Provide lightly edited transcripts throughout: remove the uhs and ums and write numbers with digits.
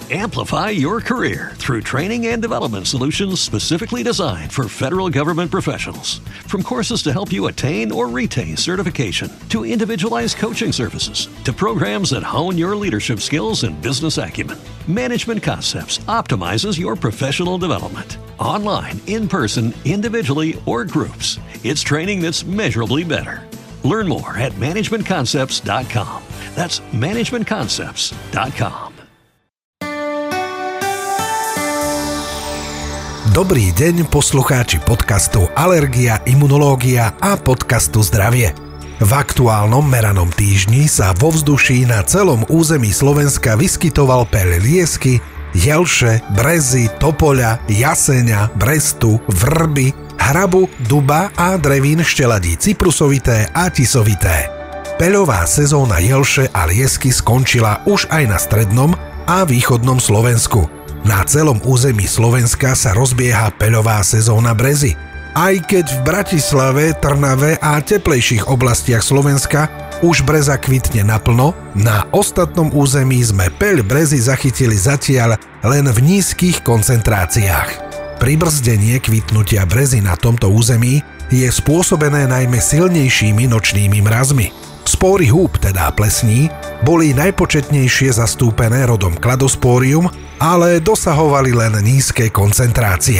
Amplify your career through training and development solutions specifically designed for federal government professionals. From courses to help you attain or retain certification, to individualized coaching services, to programs that hone your leadership skills and business acumen, Management Concepts optimizes your professional development. Online, in person, individually, or groups, it's training that's measurably better. Learn more at managementconcepts.com. That's managementconcepts.com. Dobrý deň, poslucháči podcastu Alergia, imunológia a podcastu Zdravie. V aktuálnom meranom týždni sa vo vzduší na celom území Slovenska vyskytoval peľ liesky, jelše, brezy, topoľa, jaseňa, brestu, vrby, hrabu, duba a drevín šteladí cyprusovité a tisovité. Peľová sezóna jelše a liesky skončila už aj na strednom a východnom Slovensku. Na celom území Slovenska sa rozbieha peľová sezóna brezy. Aj keď v Bratislave, Trnave a teplejších oblastiach Slovenska už breza kvitne naplno, na ostatnom území sme peľ brezy zachytili zatiaľ len v nízkych koncentráciách. Pribrzdenie kvitnutia brezy na tomto území je spôsobené najmä silnejšími nočnými mrazmi. Spóry húb, teda plesní, boli najpočetnejšie zastúpené rodom Cladosporium, ale dosahovali len nízke koncentrácie.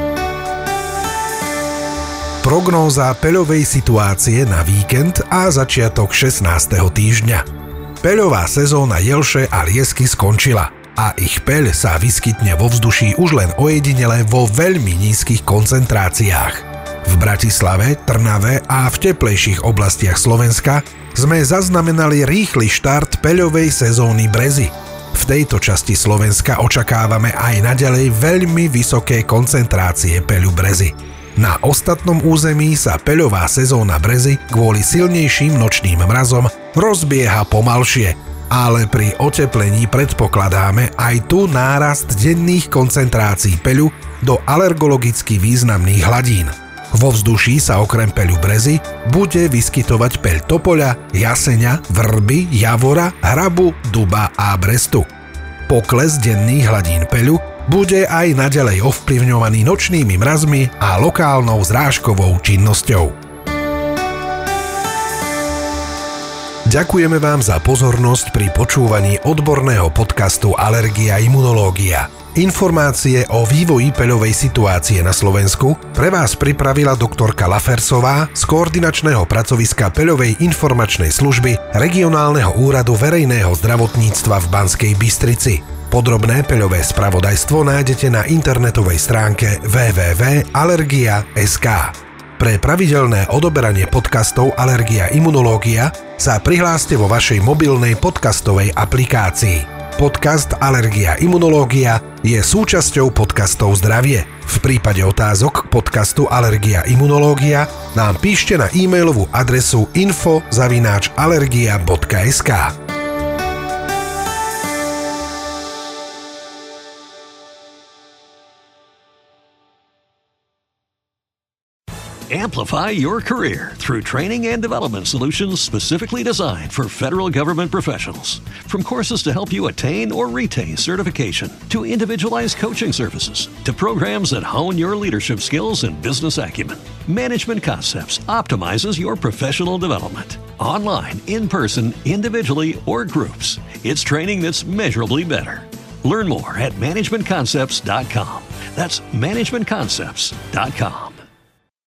Prognóza peľovej situácie na víkend a začiatok 16. týždňa. Peľová sezóna jelše a liesky skončila a ich peľ sa vyskytne vo vzduší už len ojedinele vo veľmi nízkych koncentráciách. V Bratislave, Trnave a v teplejších oblastiach Slovenska sme zaznamenali rýchly štart peľovej sezóny brezy. V tejto časti Slovenska očakávame aj naďalej veľmi vysoké koncentrácie peľu brezy. Na ostatnom území sa peľová sezóna brezy kvôli silnejším nočným mrazom rozbieha pomalšie, ale pri oteplení predpokladáme aj tu nárast denných koncentrácií peľu do alergologicky významných hladín. Vo vzduší sa okrem peľu brezy bude vyskytovať peľ topoľa, jaseňa, vrby, javora, hrabu, duba a brestu. Pokles denných hladín peľu bude aj naďalej ovplyvňovaný nočnými mrazmi a lokálnou zrážkovou činnosťou. Ďakujeme vám za pozornosť pri počúvaní odborného podcastu Alergia, imunológia. Informácie o vývoji peľovej situácie na Slovensku pre vás pripravila doktorka Lafersová z koordinačného pracoviska peľovej informačnej služby Regionálneho úradu verejného zdravotníctva v Banskej Bystrici. Podrobné peľové spravodajstvo nájdete na internetovej stránke www.alergia.sk. Pre pravidelné odoberanie podcastov Alergia, imunológia sa prihláste vo vašej mobilnej podcastovej aplikácii. Podcast Alergia, imunológia je súčasťou podcastov Zdravie. V prípade otázok k podcastu Alergia, imunológia nám píšte na e-mailovú adresu info@alergia.sk. Amplify your career through training and development solutions specifically designed for federal government professionals. From courses to help you attain or retain certification, to individualized coaching services, to programs that hone your leadership skills and business acumen, Management Concepts optimizes your professional development. Online, in person, individually, or groups, it's training that's measurably better. Learn more at managementconcepts.com. That's managementconcepts.com.